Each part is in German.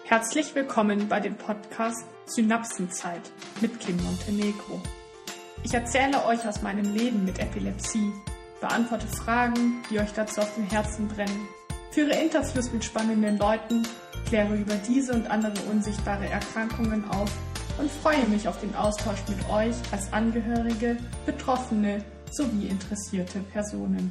Herzlich willkommen bei dem Podcast Synapsenzeit mit Kim Montenegro. Ich erzähle euch aus meinem Leben mit Epilepsie, beantworte Fragen, die euch dazu auf dem Herzen brennen, führe Interviews mit spannenden Leuten, kläre über diese und andere unsichtbare Erkrankungen auf und freue mich auf den Austausch mit euch als Angehörige, Betroffene sowie interessierte Personen.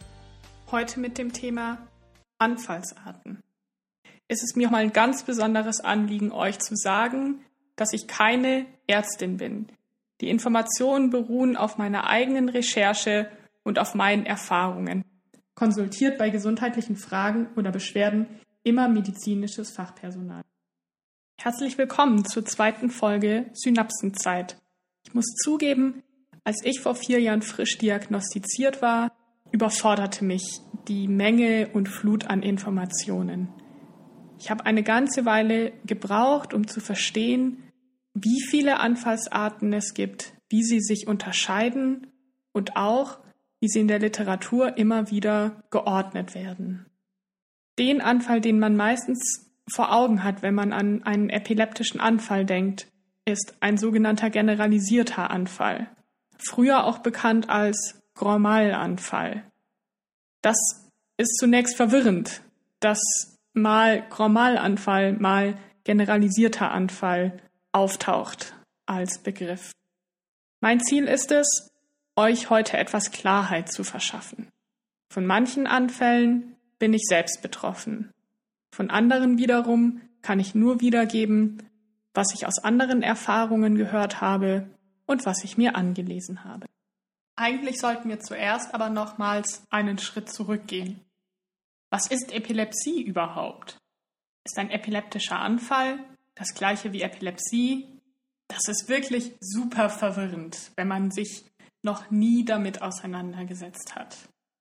Heute mit dem Thema Anfallsarten. Es ist mir mal ein ganz besonderes Anliegen, euch zu sagen, dass ich keine Ärztin bin. Die Informationen beruhen auf meiner eigenen Recherche und auf meinen Erfahrungen. Konsultiert bei gesundheitlichen Fragen oder Beschwerden immer medizinisches Fachpersonal. Herzlich willkommen zur 2. Folge Synapsenzeit. Ich muss zugeben, als ich vor 4 Jahren frisch diagnostiziert war, überforderte mich die Menge und Flut an Informationen. Ich habe eine ganze Weile gebraucht, um zu verstehen, wie viele Anfallsarten es gibt, wie sie sich unterscheiden und auch, wie sie in der Literatur immer wieder geordnet werden. Den Anfall, den man meistens vor Augen hat, wenn man an einen epileptischen Anfall denkt, ist ein sogenannter generalisierter Anfall, früher auch bekannt als Grand Mal-Anfall. Das ist zunächst verwirrend, dass mal Grand Mal-Anfall, mal generalisierter Anfall auftaucht als Begriff. Mein Ziel ist es, euch heute etwas Klarheit zu verschaffen. Von manchen Anfällen bin ich selbst betroffen. Von anderen wiederum kann ich nur wiedergeben, was ich aus anderen Erfahrungen gehört habe und was ich mir angelesen habe. Eigentlich sollten wir zuerst aber nochmals einen Schritt zurückgehen. Was ist Epilepsie überhaupt? Ist ein epileptischer Anfall das gleiche wie Epilepsie? Das ist wirklich super verwirrend, wenn man sich noch nie damit auseinandergesetzt hat.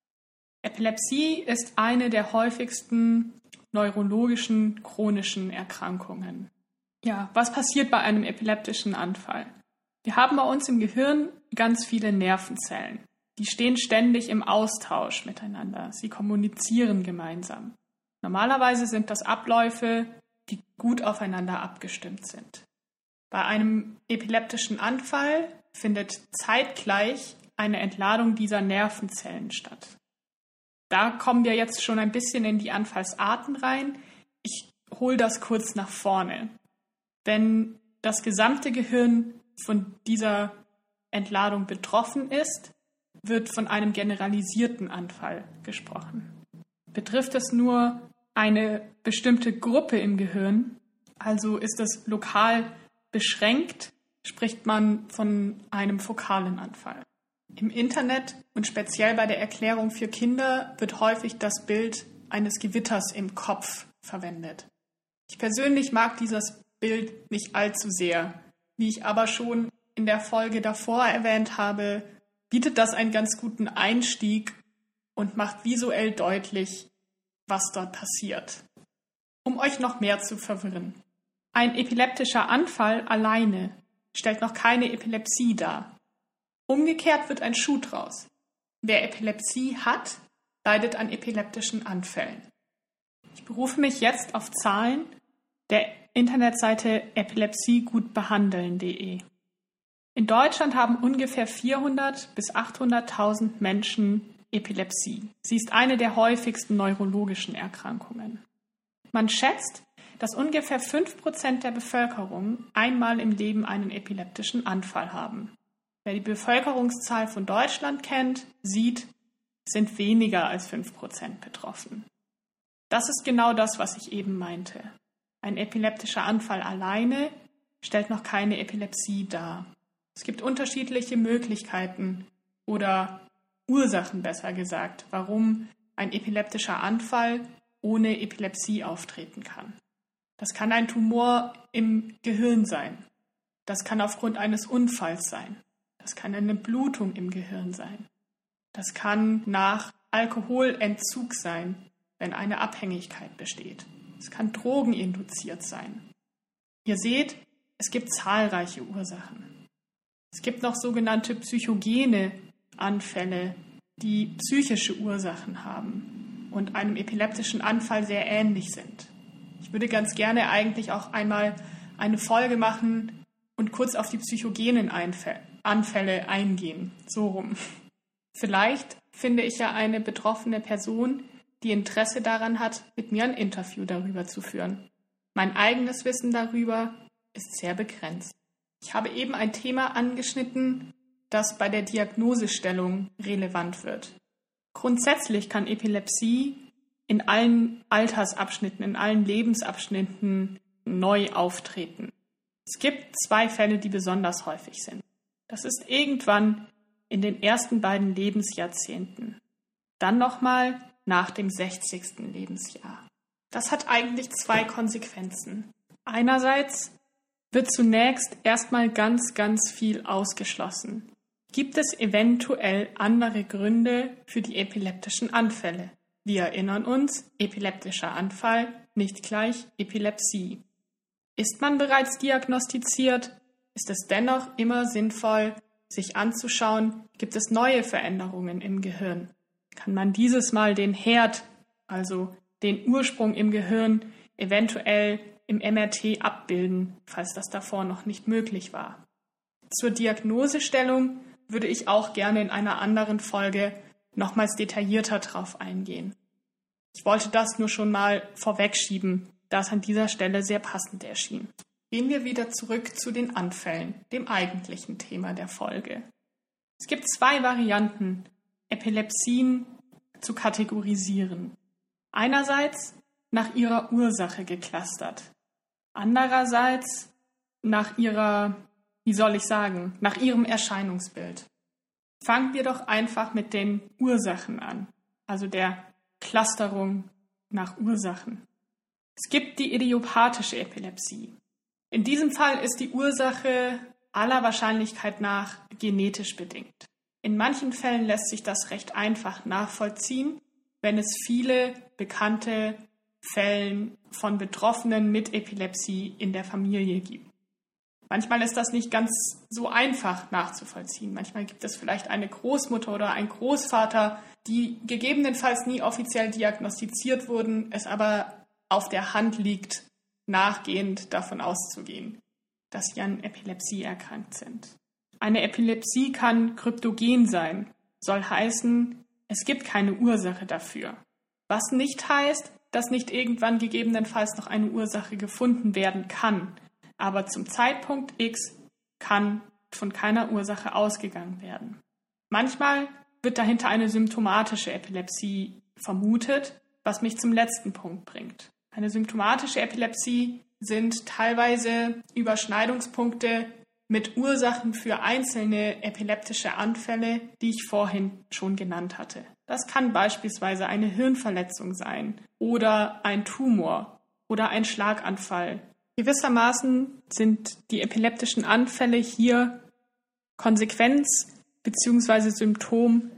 Epilepsie ist eine der häufigsten neurologischen chronischen Erkrankungen. Ja, was passiert bei einem epileptischen Anfall? Wir haben bei uns im Gehirn ganz viele Nervenzellen. Die stehen ständig im Austausch miteinander. Sie kommunizieren gemeinsam. Normalerweise sind das Abläufe, die gut aufeinander abgestimmt sind. Bei einem epileptischen Anfall findet zeitgleich eine Entladung dieser Nervenzellen statt. Da kommen wir jetzt schon ein bisschen in die Anfallsarten rein. Ich hole das kurz nach vorne. Wenn das gesamte Gehirn von dieser Entladung betroffen ist, wird von einem generalisierten Anfall gesprochen. Betrifft es nur eine bestimmte Gruppe im Gehirn, also ist es lokal beschränkt, spricht man von einem fokalen Anfall. Im Internet und speziell bei der Erklärung für Kinder wird häufig das Bild eines Gewitters im Kopf verwendet. Ich persönlich mag dieses Bild nicht allzu sehr. Wie ich aber schon in der Folge davor erwähnt habe, bietet das einen ganz guten Einstieg und macht visuell deutlich, was dort passiert. Um euch noch mehr zu verwirren. Ein epileptischer Anfall alleine stellt noch keine Epilepsie dar. Umgekehrt wird ein Schuh draus. Wer Epilepsie hat, leidet an epileptischen Anfällen. Ich berufe mich jetzt auf Zahlen der Internetseite epilepsiegutbehandeln.de. In Deutschland haben ungefähr 400.000 bis 800.000 Menschen Epilepsie. Sie ist eine der häufigsten neurologischen Erkrankungen. Man schätzt, dass ungefähr 5% der Bevölkerung einmal im Leben einen epileptischen Anfall haben. Wer die Bevölkerungszahl von Deutschland kennt, sieht, sind weniger als 5% betroffen. Das ist genau das, was ich eben meinte. Ein epileptischer Anfall alleine stellt noch keine Epilepsie dar. Es gibt unterschiedliche Möglichkeiten oder Ursachen, besser gesagt, warum ein epileptischer Anfall ohne Epilepsie auftreten kann. Das kann ein Tumor im Gehirn sein. Das kann aufgrund eines Unfalls sein. Das kann eine Blutung im Gehirn sein. Das kann nach Alkoholentzug sein, wenn eine Abhängigkeit besteht. Es kann drogeninduziert sein. Ihr seht, es gibt zahlreiche Ursachen. Es gibt noch sogenannte psychogene Anfälle, die psychische Ursachen haben und einem epileptischen Anfall sehr ähnlich sind. Ich würde ganz gerne eigentlich auch einmal eine Folge machen und kurz auf die psychogenen Anfälle eingehen. So rum. Vielleicht finde ich ja eine betroffene Person, die Interesse daran hat, mit mir ein Interview darüber zu führen. Mein eigenes Wissen darüber ist sehr begrenzt. Ich habe eben ein Thema angeschnitten, das bei der Diagnosestellung relevant wird. Grundsätzlich kann Epilepsie in allen Altersabschnitten, in allen Lebensabschnitten neu auftreten. Es gibt 2 Fälle, die besonders häufig sind. Das ist irgendwann in den ersten beiden Lebensjahrzehnten. Dann nochmal nach dem 60. Lebensjahr. Das hat eigentlich 2 Konsequenzen. Einerseits wird zunächst erstmal ganz, ganz viel ausgeschlossen. Gibt es eventuell andere Gründe für die epileptischen Anfälle? Wir erinnern uns, epileptischer Anfall nicht gleich Epilepsie. Ist man bereits diagnostiziert, ist es dennoch immer sinnvoll, sich anzuschauen, gibt es neue Veränderungen im Gehirn? Kann man dieses Mal den Herd, also den Ursprung im Gehirn, eventuell im MRT abbilden, falls das davor noch nicht möglich war? Zur Diagnosestellung würde ich auch gerne in einer anderen Folge nochmals detaillierter drauf eingehen. Ich wollte das nur schon mal vorwegschieben, da es an dieser Stelle sehr passend erschien. Gehen wir wieder zurück zu den Anfällen, dem eigentlichen Thema der Folge. Es gibt 2 Varianten, Epilepsien zu kategorisieren. Einerseits nach ihrer Ursache geclustert, andererseits nach nach ihrem Erscheinungsbild. Fangen wir doch einfach mit den Ursachen an, also der Clusterung nach Ursachen. Es gibt die idiopathische Epilepsie. In diesem Fall ist die Ursache aller Wahrscheinlichkeit nach genetisch bedingt. In manchen Fällen lässt sich das recht einfach nachvollziehen, wenn es viele bekannte Fälle von Betroffenen mit Epilepsie in der Familie gibt. Manchmal ist das nicht ganz so einfach nachzuvollziehen. Manchmal gibt es vielleicht eine Großmutter oder einen Großvater, die gegebenenfalls nie offiziell diagnostiziert wurden, es aber auf der Hand liegt, nachgehend davon auszugehen, dass sie an Epilepsie erkrankt sind. Eine Epilepsie kann kryptogen sein, soll heißen, es gibt keine Ursache dafür. Was nicht heißt, dass nicht irgendwann gegebenenfalls noch eine Ursache gefunden werden kann. Aber zum Zeitpunkt X kann von keiner Ursache ausgegangen werden. Manchmal wird dahinter eine symptomatische Epilepsie vermutet, was mich zum letzten Punkt bringt. Eine symptomatische Epilepsie sind teilweise Überschneidungspunkte mit Ursachen für einzelne epileptische Anfälle, die ich vorhin schon genannt hatte. Das kann beispielsweise eine Hirnverletzung sein oder ein Tumor oder ein Schlaganfall. Gewissermaßen sind die epileptischen Anfälle hier Konsequenz bzw. Symptom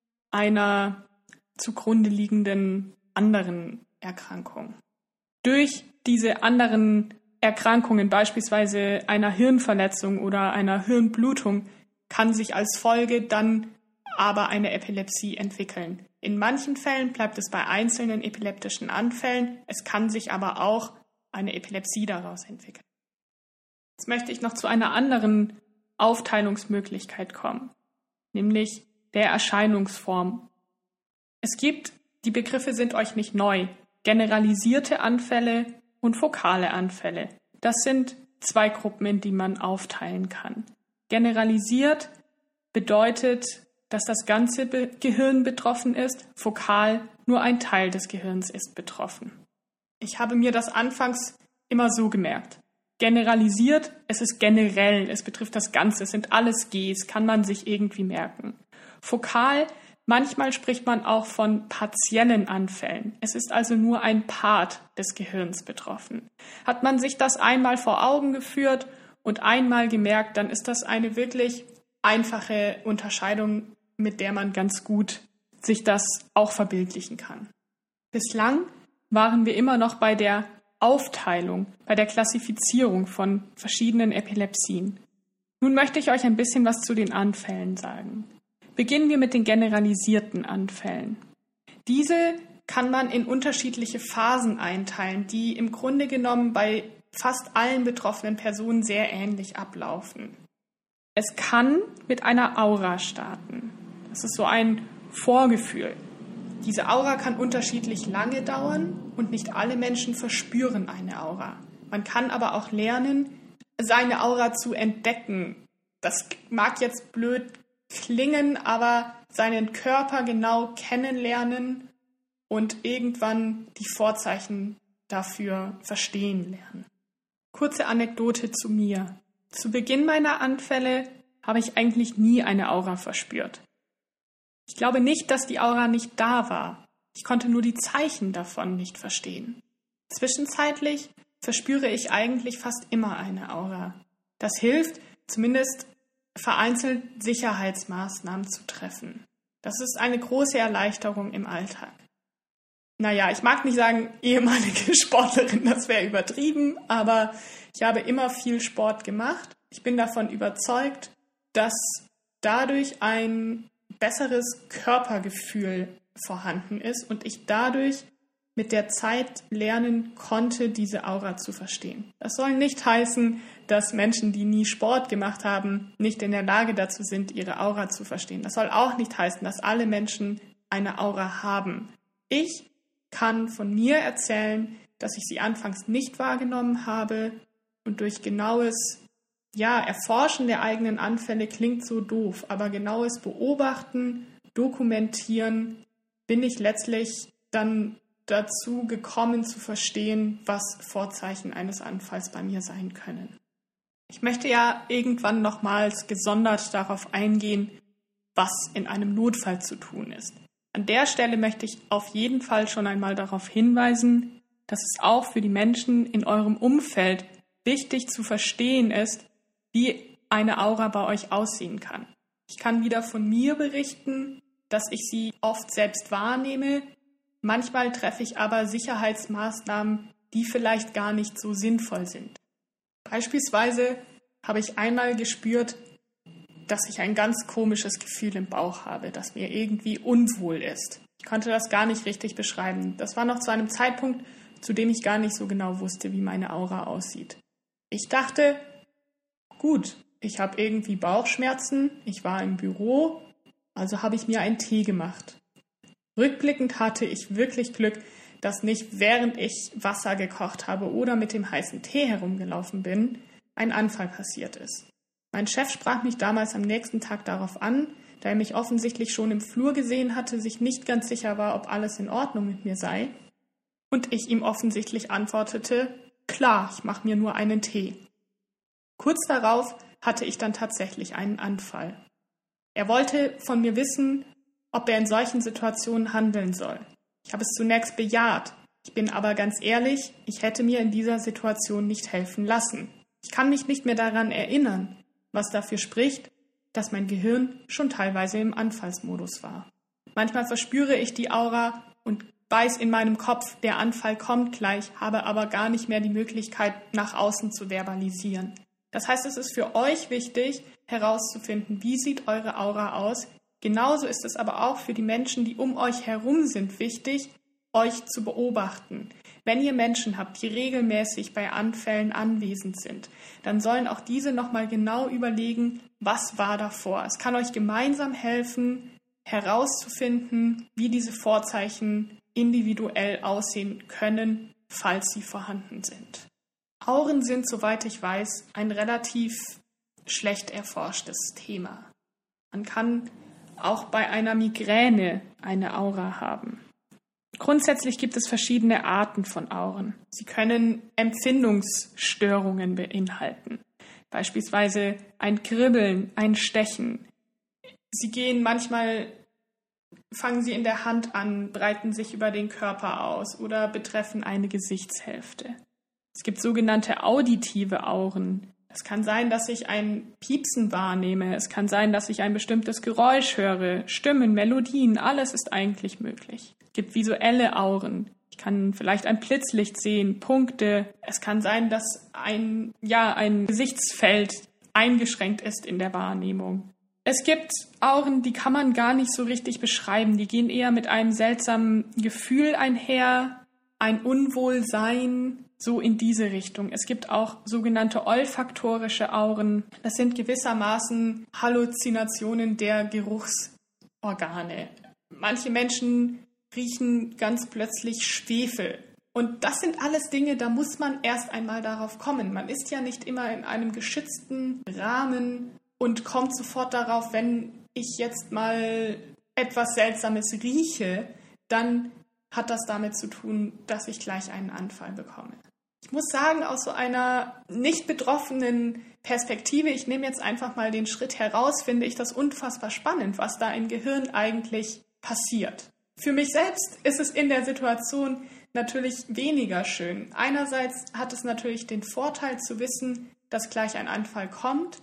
einer zugrunde liegenden anderen Erkrankung. Durch diese anderen Erkrankungen, beispielsweise einer Hirnverletzung oder einer Hirnblutung, kann sich als Folge dann aber eine Epilepsie entwickeln. In manchen Fällen bleibt es bei einzelnen epileptischen Anfällen, es kann sich aber auch eine Epilepsie daraus entwickeln. Jetzt möchte ich noch zu einer anderen Aufteilungsmöglichkeit kommen, nämlich der Erscheinungsform. Die Begriffe sind euch nicht neu, generalisierte Anfälle und fokale Anfälle. Das sind 2 Gruppen, in die man aufteilen kann. Generalisiert bedeutet, dass das ganze Gehirn betroffen ist, fokal nur ein Teil des Gehirns ist betroffen. Ich habe mir das anfangs immer so gemerkt. Generalisiert, es ist generell, es betrifft das Ganze, es sind alles Gs, kann man sich irgendwie merken. Fokal, manchmal spricht man auch von partiellen Anfällen. Es ist also nur ein Part des Gehirns betroffen. Hat man sich das einmal vor Augen geführt und einmal gemerkt, dann ist das eine wirklich einfache Unterscheidung, mit der man ganz gut sich das auch verbildlichen kann. Bislang waren wir immer noch bei der Aufteilung, bei der Klassifizierung von verschiedenen Epilepsien. Nun möchte ich euch ein bisschen was zu den Anfällen sagen. Beginnen wir mit den generalisierten Anfällen. Diese kann man in unterschiedliche Phasen einteilen, die im Grunde genommen bei fast allen betroffenen Personen sehr ähnlich ablaufen. Es kann mit einer Aura starten. Das ist so ein Vorgefühl. Diese Aura kann unterschiedlich lange dauern und nicht alle Menschen verspüren eine Aura. Man kann aber auch lernen, seine Aura zu entdecken. Das mag jetzt blöd klingen, aber seinen Körper genau kennenlernen und irgendwann die Vorzeichen dafür verstehen lernen. Kurze Anekdote zu mir. Zu Beginn meiner Anfälle habe ich eigentlich nie eine Aura verspürt. Ich glaube nicht, dass die Aura nicht da war. Ich konnte nur die Zeichen davon nicht verstehen. Zwischenzeitlich verspüre ich eigentlich fast immer eine Aura. Das hilft, zumindest vereinzelt Sicherheitsmaßnahmen zu treffen. Das ist eine große Erleichterung im Alltag. Naja, ich mag nicht sagen, ehemalige Sportlerin, das wäre übertrieben, aber ich habe immer viel Sport gemacht. Ich bin davon überzeugt, dass dadurch ein besseres Körpergefühl vorhanden ist und ich dadurch mit der Zeit lernen konnte, diese Aura zu verstehen. Das soll nicht heißen, dass Menschen, die nie Sport gemacht haben, nicht in der Lage dazu sind, ihre Aura zu verstehen. Das soll auch nicht heißen, dass alle Menschen eine Aura haben. Ich kann von mir erzählen, dass ich sie anfangs nicht wahrgenommen habe und durch genaues Erforschen der eigenen Anfälle klingt so doof, aber genaues Beobachten, Dokumentieren, bin ich letztlich dann dazu gekommen zu verstehen, was Vorzeichen eines Anfalls bei mir sein können. Ich möchte ja irgendwann nochmals gesondert darauf eingehen, was in einem Notfall zu tun ist. An der Stelle möchte ich auf jeden Fall schon einmal darauf hinweisen, dass es auch für die Menschen in eurem Umfeld wichtig zu verstehen ist, wie eine Aura bei euch aussehen kann. Ich kann wieder von mir berichten, dass ich sie oft selbst wahrnehme. Manchmal treffe ich aber Sicherheitsmaßnahmen, die vielleicht gar nicht so sinnvoll sind. Beispielsweise habe ich einmal gespürt, dass ich ein ganz komisches Gefühl im Bauch habe, das mir irgendwie unwohl ist. Ich konnte das gar nicht richtig beschreiben. Das war noch zu einem Zeitpunkt, zu dem ich gar nicht so genau wusste, wie meine Aura aussieht. Ich dachte, gut, ich habe irgendwie Bauchschmerzen, ich war im Büro, also habe ich mir einen Tee gemacht. Rückblickend hatte ich wirklich Glück, dass nicht während ich Wasser gekocht habe oder mit dem heißen Tee herumgelaufen bin, ein Anfall passiert ist. Mein Chef sprach mich damals am nächsten Tag darauf an, da er mich offensichtlich schon im Flur gesehen hatte, sich nicht ganz sicher war, ob alles in Ordnung mit mir sei. Und ich ihm offensichtlich antwortete, klar, ich mache mir nur einen Tee. Kurz darauf hatte ich dann tatsächlich einen Anfall. Er wollte von mir wissen, ob er in solchen Situationen handeln soll. Ich habe es zunächst bejaht. Ich bin aber ganz ehrlich, ich hätte mir in dieser Situation nicht helfen lassen. Ich kann mich nicht mehr daran erinnern, was dafür spricht, dass mein Gehirn schon teilweise im Anfallsmodus war. Manchmal verspüre ich die Aura und weiß in meinem Kopf, der Anfall kommt gleich, habe aber gar nicht mehr die Möglichkeit, nach außen zu verbalisieren. Das heißt, es ist für euch wichtig, herauszufinden, wie sieht eure Aura aus. Genauso ist es aber auch für die Menschen, die um euch herum sind, wichtig, euch zu beobachten. Wenn ihr Menschen habt, die regelmäßig bei Anfällen anwesend sind, dann sollen auch diese nochmal genau überlegen, was war davor. Es kann euch gemeinsam helfen, herauszufinden, wie diese Vorzeichen individuell aussehen können, falls sie vorhanden sind. Auren sind, soweit ich weiß, ein relativ schlecht erforschtes Thema. Man kann auch bei einer Migräne eine Aura haben. Grundsätzlich gibt es verschiedene Arten von Auren. Sie können Empfindungsstörungen beinhalten, beispielsweise ein Kribbeln, ein Stechen. Sie fangen sie in der Hand an, breiten sich über den Körper aus oder betreffen eine Gesichtshälfte. Es gibt sogenannte auditive Auren. Es kann sein, dass ich ein Piepsen wahrnehme. Es kann sein, dass ich ein bestimmtes Geräusch höre. Stimmen, Melodien, alles ist eigentlich möglich. Es gibt visuelle Auren. Ich kann vielleicht ein Blitzlicht sehen, Punkte. Es kann sein, dass ein Gesichtsfeld eingeschränkt ist in der Wahrnehmung. Es gibt Auren, die kann man gar nicht so richtig beschreiben. Die gehen eher mit einem seltsamen Gefühl einher, ein Unwohlsein, so in diese Richtung. Es gibt auch sogenannte olfaktorische Auren. Das sind gewissermaßen Halluzinationen der Geruchsorgane. Manche Menschen riechen ganz plötzlich Schwefel. Und das sind alles Dinge, da muss man erst einmal darauf kommen. Man ist ja nicht immer in einem geschützten Rahmen und kommt sofort darauf, wenn ich jetzt mal etwas Seltsames rieche, dann hat das damit zu tun, dass ich gleich einen Anfall bekomme. Ich muss sagen, aus so einer nicht betroffenen Perspektive, ich nehme jetzt einfach mal den Schritt heraus, finde ich das unfassbar spannend, was da im Gehirn eigentlich passiert. Für mich selbst ist es in der Situation natürlich weniger schön. Einerseits hat es natürlich den Vorteil zu wissen, dass gleich ein Anfall kommt.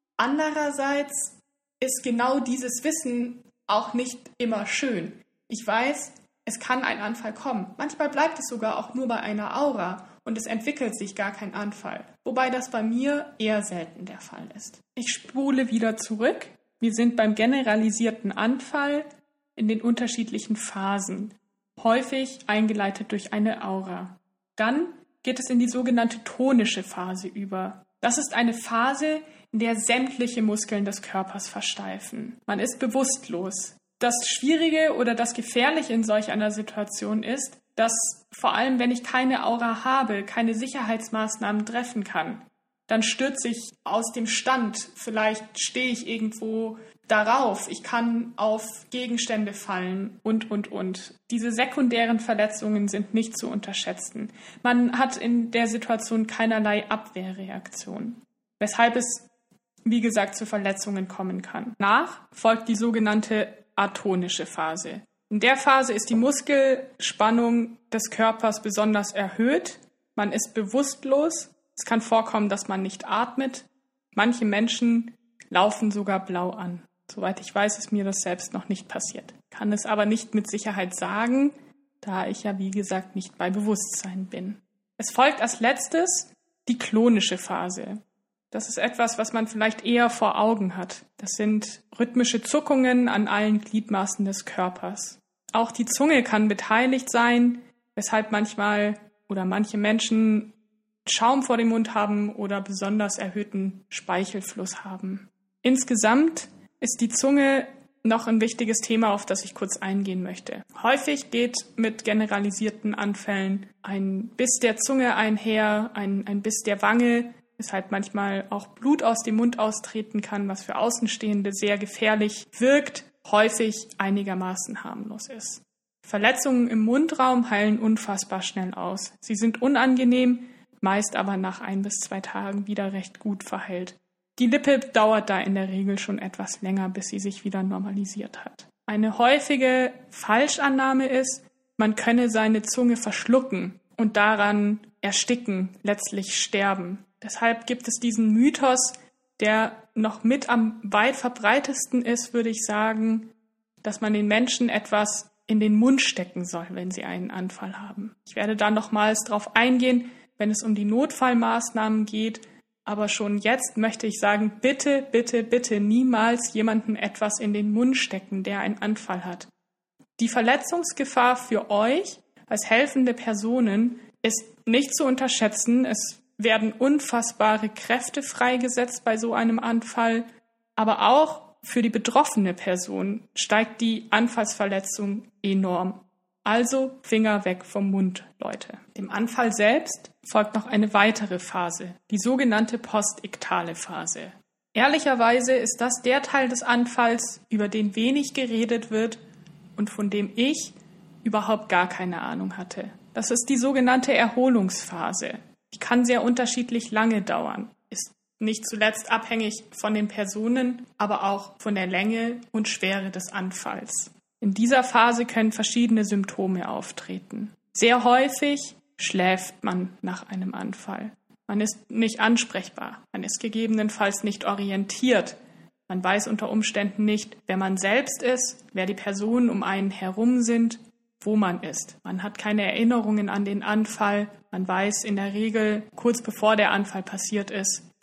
Andererseits ist genau dieses Wissen auch nicht immer schön. Ich weiß, es kann ein Anfall kommen. Manchmal bleibt es sogar auch nur bei einer Aura und es entwickelt sich gar kein Anfall. Wobei das bei mir eher selten der Fall ist. Ich spule wieder zurück. Wir sind beim generalisierten Anfall in den unterschiedlichen Phasen, häufig eingeleitet durch eine Aura. Dann geht es in die sogenannte tonische Phase über. Das ist eine Phase, in der sämtliche Muskeln des Körpers versteifen. Man ist bewusstlos. Das Schwierige oder das Gefährliche in solch einer Situation ist, dass vor allem, wenn ich keine Aura habe, keine Sicherheitsmaßnahmen treffen kann, dann stürze ich aus dem Stand. Vielleicht stehe ich irgendwo darauf. Ich kann auf Gegenstände fallen und. Diese sekundären Verletzungen sind nicht zu unterschätzen. Man hat in der Situation keinerlei Abwehrreaktion, weshalb es, wie gesagt, zu Verletzungen kommen kann. Danach folgt die sogenannte atonische Phase. In der Phase ist die Muskelspannung des Körpers besonders erhöht. Man ist bewusstlos. Es kann vorkommen, dass man nicht atmet. Manche Menschen laufen sogar blau an. Soweit ich weiß, ist mir das selbst noch nicht passiert. Kann es aber nicht mit Sicherheit sagen, da ich ja, wie gesagt, nicht bei Bewusstsein bin. Es folgt als letztes die klonische Phase. Das ist etwas, was man vielleicht eher vor Augen hat. Das sind rhythmische Zuckungen an allen Gliedmaßen des Körpers. Auch die Zunge kann beteiligt sein, weshalb manchmal oder manche Menschen Schaum vor dem Mund haben oder besonders erhöhten Speichelfluss haben. Insgesamt ist die Zunge noch ein wichtiges Thema, auf das ich kurz eingehen möchte. Häufig geht mit generalisierten Anfällen ein Biss der Zunge einher, ein Biss der Wange, weshalb manchmal auch Blut aus dem Mund austreten kann, was für Außenstehende sehr gefährlich wirkt, häufig einigermaßen harmlos ist. Verletzungen im Mundraum heilen unfassbar schnell aus. Sie sind unangenehm, meist aber nach 1 bis 2 Tagen wieder recht gut verheilt. Die Lippe dauert da in der Regel schon etwas länger, bis sie sich wieder normalisiert hat. Eine häufige Falschannahme ist, man könne seine Zunge verschlucken und daran ersticken, letztlich sterben. Deshalb gibt es diesen Mythos, der noch mit am weit verbreitetsten ist, würde ich sagen, dass man den Menschen etwas in den Mund stecken soll, wenn sie einen Anfall haben. Ich werde da nochmals drauf eingehen, wenn es um die Notfallmaßnahmen geht. Aber schon jetzt möchte ich sagen, bitte, bitte, bitte niemals jemandem etwas in den Mund stecken, der einen Anfall hat. Die Verletzungsgefahr für euch als helfende Personen ist nicht zu unterschätzen. Es werden unfassbare Kräfte freigesetzt bei so einem Anfall. Aber auch für die betroffene Person steigt die Anfallsverletzung enorm. Also Finger weg vom Mund, Leute. Dem Anfall selbst folgt noch eine weitere Phase, die sogenannte postiktale Phase. Ehrlicherweise ist das der Teil des Anfalls, über den wenig geredet wird und von dem ich überhaupt gar keine Ahnung hatte. Das ist die sogenannte Erholungsphase. Die kann sehr unterschiedlich lange dauern, ist nicht zuletzt abhängig von den Personen, aber auch von der Länge und Schwere des Anfalls. In dieser Phase können verschiedene Symptome auftreten. Sehr häufig schläft man nach einem Anfall. Man ist nicht ansprechbar. Man ist gegebenenfalls nicht orientiert. Man weiß unter Umständen nicht, wer man selbst ist, wer die Personen um einen herum sind, wo man ist. Man hat keine Erinnerungen an den Anfall. Man weiß in der Regel, kurz bevor der Anfall passiert ist,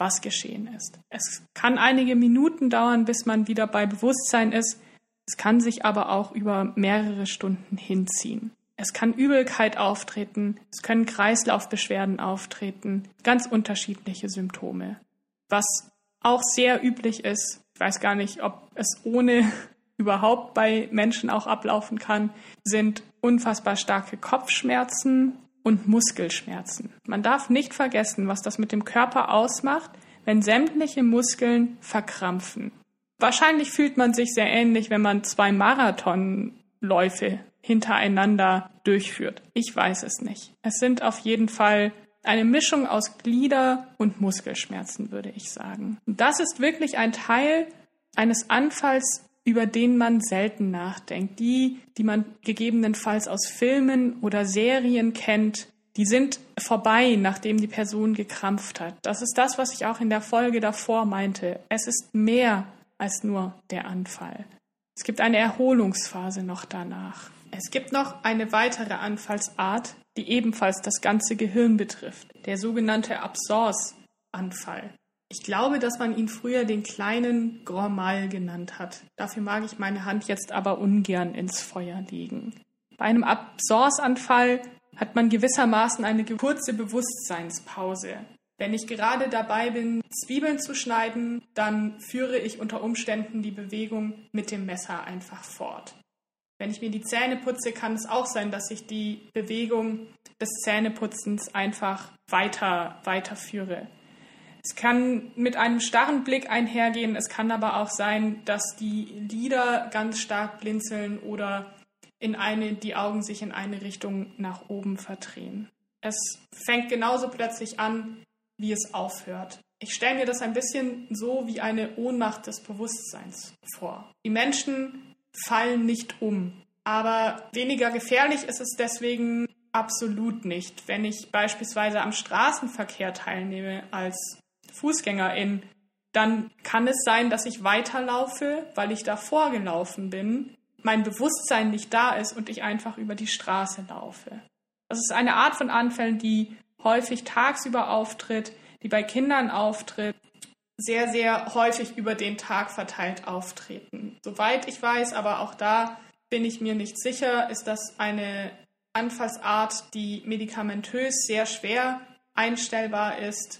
was geschehen ist. Es kann einige Minuten dauern, bis man wieder bei Bewusstsein ist. Es kann sich aber auch über mehrere Stunden hinziehen. Es kann Übelkeit auftreten, es können Kreislaufbeschwerden auftreten, ganz unterschiedliche Symptome. Was auch sehr üblich ist, ich weiß gar nicht, ob es ohne überhaupt bei Menschen auch ablaufen kann, sind unfassbar starke Kopfschmerzen und Muskelschmerzen. Man darf nicht vergessen, was das mit dem Körper ausmacht, wenn sämtliche Muskeln verkrampfen. Wahrscheinlich fühlt man sich sehr ähnlich, wenn man 2 Marathonläufe hintereinander durchführt. Ich weiß es nicht. Es sind auf jeden Fall eine Mischung aus Glieder- und Muskelschmerzen, würde ich sagen. Und das ist wirklich ein Teil eines Anfalls, über den man selten nachdenkt. Die man gegebenenfalls aus Filmen oder Serien kennt, die sind vorbei, nachdem die Person gekrampft hat. Das ist das, was ich auch in der Folge davor meinte. Es ist mehr als nur der Anfall. Es gibt eine Erholungsphase noch danach. Es gibt noch eine weitere Anfallsart, die ebenfalls das ganze Gehirn betrifft. Der sogenannte Absence-Anfall. Ich glaube, dass man ihn früher den kleinen Grand Mal genannt hat. Dafür mag ich meine Hand jetzt aber ungern ins Feuer legen. Bei einem Absence-Anfall hat man gewissermaßen eine kurze Bewusstseinspause. Wenn ich gerade dabei bin, Zwiebeln zu schneiden, dann führe ich unter Umständen die Bewegung mit dem Messer einfach fort. Wenn ich mir die Zähne putze, kann es auch sein, dass ich die Bewegung des Zähneputzens einfach weiterführe. Es kann mit einem starren Blick einhergehen, es kann aber auch sein, dass die Lider ganz stark blinzeln oder die Augen sich in eine Richtung nach oben verdrehen. Es fängt genauso plötzlich an, wie es aufhört. Ich stelle mir das ein bisschen so wie eine Ohnmacht des Bewusstseins vor. Die Menschen fallen nicht um, aber weniger gefährlich ist es deswegen absolut nicht. Wenn ich beispielsweise am Straßenverkehr teilnehme als Fußgängerin, dann kann es sein, dass ich weiterlaufe, weil ich davor gelaufen bin, mein Bewusstsein nicht da ist und ich einfach über die Straße laufe. Das ist eine Art von Anfällen, die häufig tagsüber auftritt, die bei Kindern auftritt, sehr, sehr häufig über den Tag verteilt auftreten. Soweit ich weiß, aber auch da bin ich mir nicht sicher, ist das eine Anfallsart, die medikamentös sehr schwer einstellbar ist,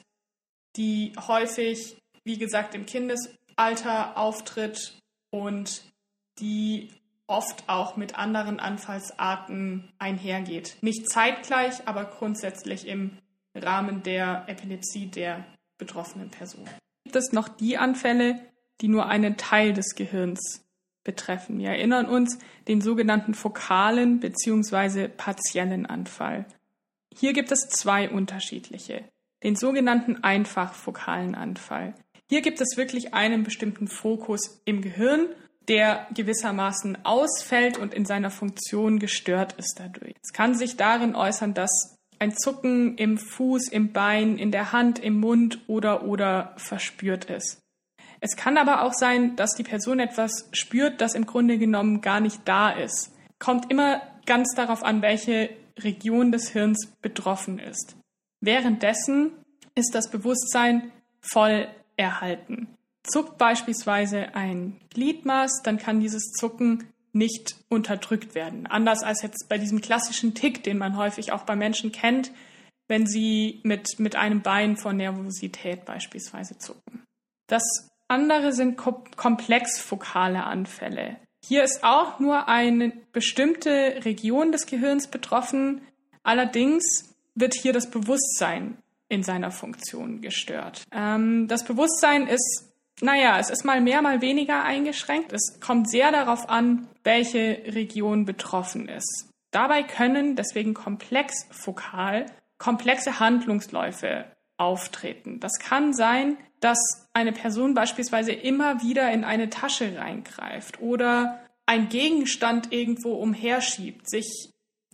die häufig, wie gesagt, im Kindesalter auftritt und die oft auch mit anderen Anfallsarten einhergeht. Nicht zeitgleich, aber grundsätzlich im Rahmen der Epilepsie der betroffenen Person. Gibt es noch die Anfälle, die nur einen Teil des Gehirns betreffen? Wir erinnern uns den sogenannten fokalen bzw. partiellen Anfall. Hier gibt es 2 unterschiedliche. Den sogenannten einfach fokalen Anfall. Hier gibt es wirklich einen bestimmten Fokus im Gehirn, der gewissermaßen ausfällt und in seiner Funktion gestört ist dadurch. Es kann sich darin äußern, dass ein Zucken im Fuß, im Bein, in der Hand, im Mund oder verspürt ist. Es kann aber auch sein, dass die Person etwas spürt, das im Grunde genommen gar nicht da ist. Kommt immer ganz darauf an, welche Region des Hirns betroffen ist. Währenddessen ist das Bewusstsein voll erhalten. Zuckt beispielsweise ein Gliedmaß, dann kann dieses Zucken nicht unterdrückt werden. Anders als jetzt bei diesem klassischen Tick, den man häufig auch bei Menschen kennt, wenn sie mit einem Bein vor Nervosität beispielsweise zucken. Das andere sind komplexfokale Anfälle. Hier ist auch nur eine bestimmte Region des Gehirns betroffen. Allerdings wird hier das Bewusstsein in seiner Funktion gestört. Das Bewusstsein ist, es ist mal mehr, mal weniger eingeschränkt. Es kommt sehr darauf an, welche Region betroffen ist. Dabei können deswegen komplexfokal komplexe Handlungsläufe auftreten. Das kann sein, dass eine Person beispielsweise immer wieder in eine Tasche reingreift oder ein Gegenstand irgendwo umherschiebt, sich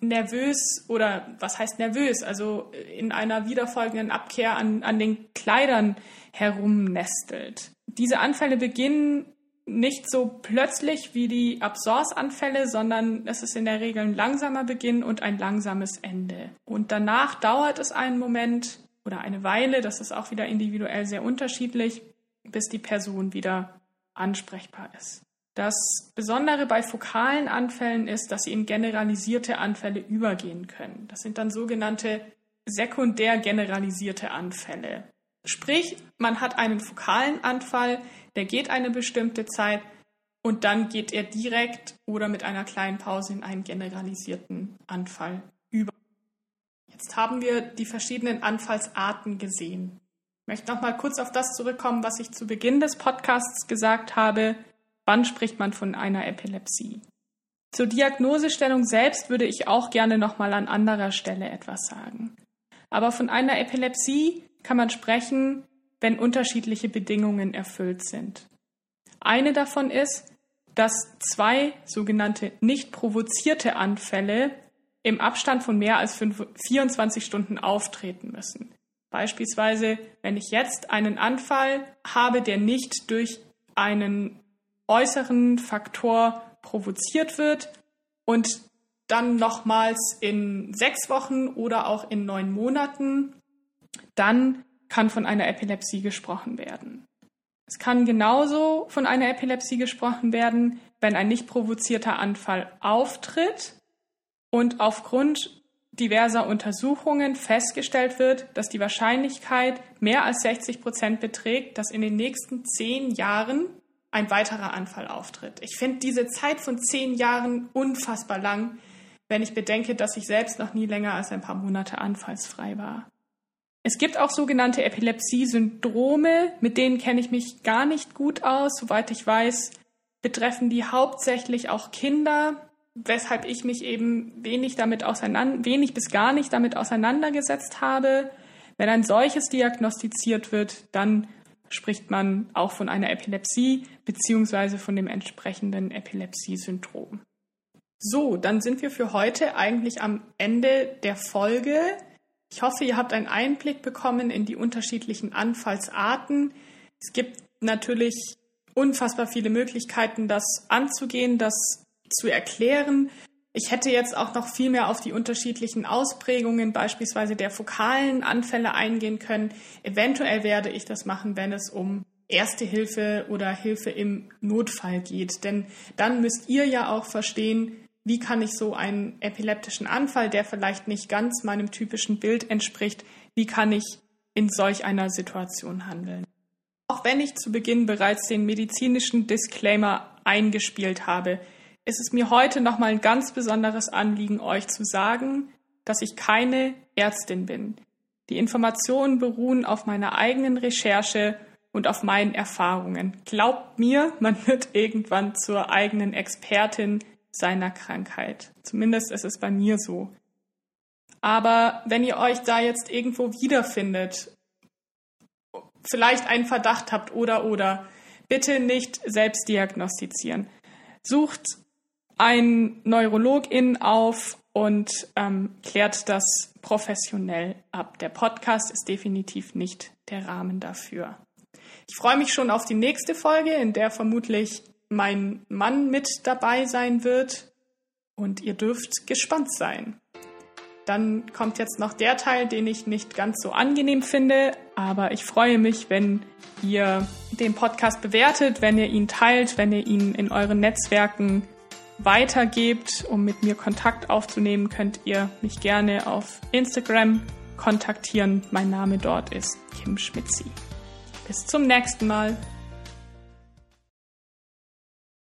nervös oder was heißt nervös, also in einer wiederfolgenden Abkehr an den Kleidern herumnestelt. Diese Anfälle beginnen nicht so plötzlich wie die Absence-Anfälle, sondern es ist in der Regel ein langsamer Beginn und ein langsames Ende. Und danach dauert es einen Moment oder eine Weile, das ist auch wieder individuell sehr unterschiedlich, bis die Person wieder ansprechbar ist. Das Besondere bei fokalen Anfällen ist, dass sie in generalisierte Anfälle übergehen können. Das sind dann sogenannte sekundär generalisierte Anfälle. Sprich, man hat einen fokalen Anfall, der geht eine bestimmte Zeit und dann geht er direkt oder mit einer kleinen Pause in einen generalisierten Anfall über. Jetzt haben wir die verschiedenen Anfallsarten gesehen. Ich möchte noch mal kurz auf das zurückkommen, was ich zu Beginn des Podcasts gesagt habe. Wann spricht man von einer Epilepsie? Zur Diagnosestellung selbst würde ich auch gerne noch mal an anderer Stelle etwas sagen. Aber von einer Epilepsie kann man sprechen, wenn unterschiedliche Bedingungen erfüllt sind. Eine davon ist, dass 2 sogenannte nicht provozierte Anfälle im Abstand von mehr als 24 Stunden auftreten müssen. Beispielsweise, wenn ich jetzt einen Anfall habe, der nicht durch einen äußeren Faktor provoziert wird und dann nochmals in 6 Wochen oder auch in 9 Monaten, dann kann von einer Epilepsie gesprochen werden. Es kann genauso von einer Epilepsie gesprochen werden, wenn ein nicht provozierter Anfall auftritt und aufgrund diverser Untersuchungen festgestellt wird, dass die Wahrscheinlichkeit mehr als 60% beträgt, dass in den nächsten 10 Jahren ein weiterer Anfall auftritt. Ich finde diese Zeit von 10 Jahren unfassbar lang, wenn ich bedenke, dass ich selbst noch nie länger als ein paar Monate anfallsfrei war. Es gibt auch sogenannte Epilepsie-Syndrome, mit denen kenne ich mich gar nicht gut aus. Soweit ich weiß, betreffen die hauptsächlich auch Kinder, weshalb ich mich eben wenig bis gar nicht damit auseinandergesetzt habe. Wenn ein solches diagnostiziert wird, dann spricht man auch von einer Epilepsie bzw. von dem entsprechenden Epilepsie-Syndrom. So, dann sind wir für heute eigentlich am Ende der Folge. Ich hoffe, ihr habt einen Einblick bekommen in die unterschiedlichen Anfallsarten. Es gibt natürlich unfassbar viele Möglichkeiten, das anzugehen, das zu erklären. Ich hätte jetzt auch noch viel mehr auf die unterschiedlichen Ausprägungen, beispielsweise der fokalen Anfälle, eingehen können. Eventuell werde ich das machen, wenn es um Erste Hilfe oder Hilfe im Notfall geht. Denn dann müsst ihr ja auch verstehen, wie kann ich so einen epileptischen Anfall, der vielleicht nicht ganz meinem typischen Bild entspricht, wie kann ich in solch einer Situation handeln. Auch wenn ich zu Beginn bereits den medizinischen Disclaimer eingespielt habe, ist es mir heute nochmal ein ganz besonderes Anliegen, euch zu sagen, dass ich keine Ärztin bin. Die Informationen beruhen auf meiner eigenen Recherche und auf meinen Erfahrungen. Glaubt mir, man wird irgendwann zur eigenen Expertin seiner Krankheit. Zumindest ist es bei mir so. Aber wenn ihr euch da jetzt irgendwo wiederfindet, vielleicht einen Verdacht habt oder, bitte nicht selbst diagnostizieren. Sucht einen Neurologin auf und klärt das professionell ab. Der Podcast ist definitiv nicht der Rahmen dafür. Ich freue mich schon auf die nächste Folge, in der vermutlich mein Mann mit dabei sein wird und ihr dürft gespannt sein. Dann kommt jetzt noch der Teil, den ich nicht ganz so angenehm finde, aber ich freue mich, wenn ihr den Podcast bewertet, wenn ihr ihn teilt, wenn ihr ihn in euren Netzwerken weitergebt. Um mit mir Kontakt aufzunehmen, könnt ihr mich gerne auf Instagram kontaktieren. Mein Name dort ist Kim Schmitzi. Bis zum nächsten Mal.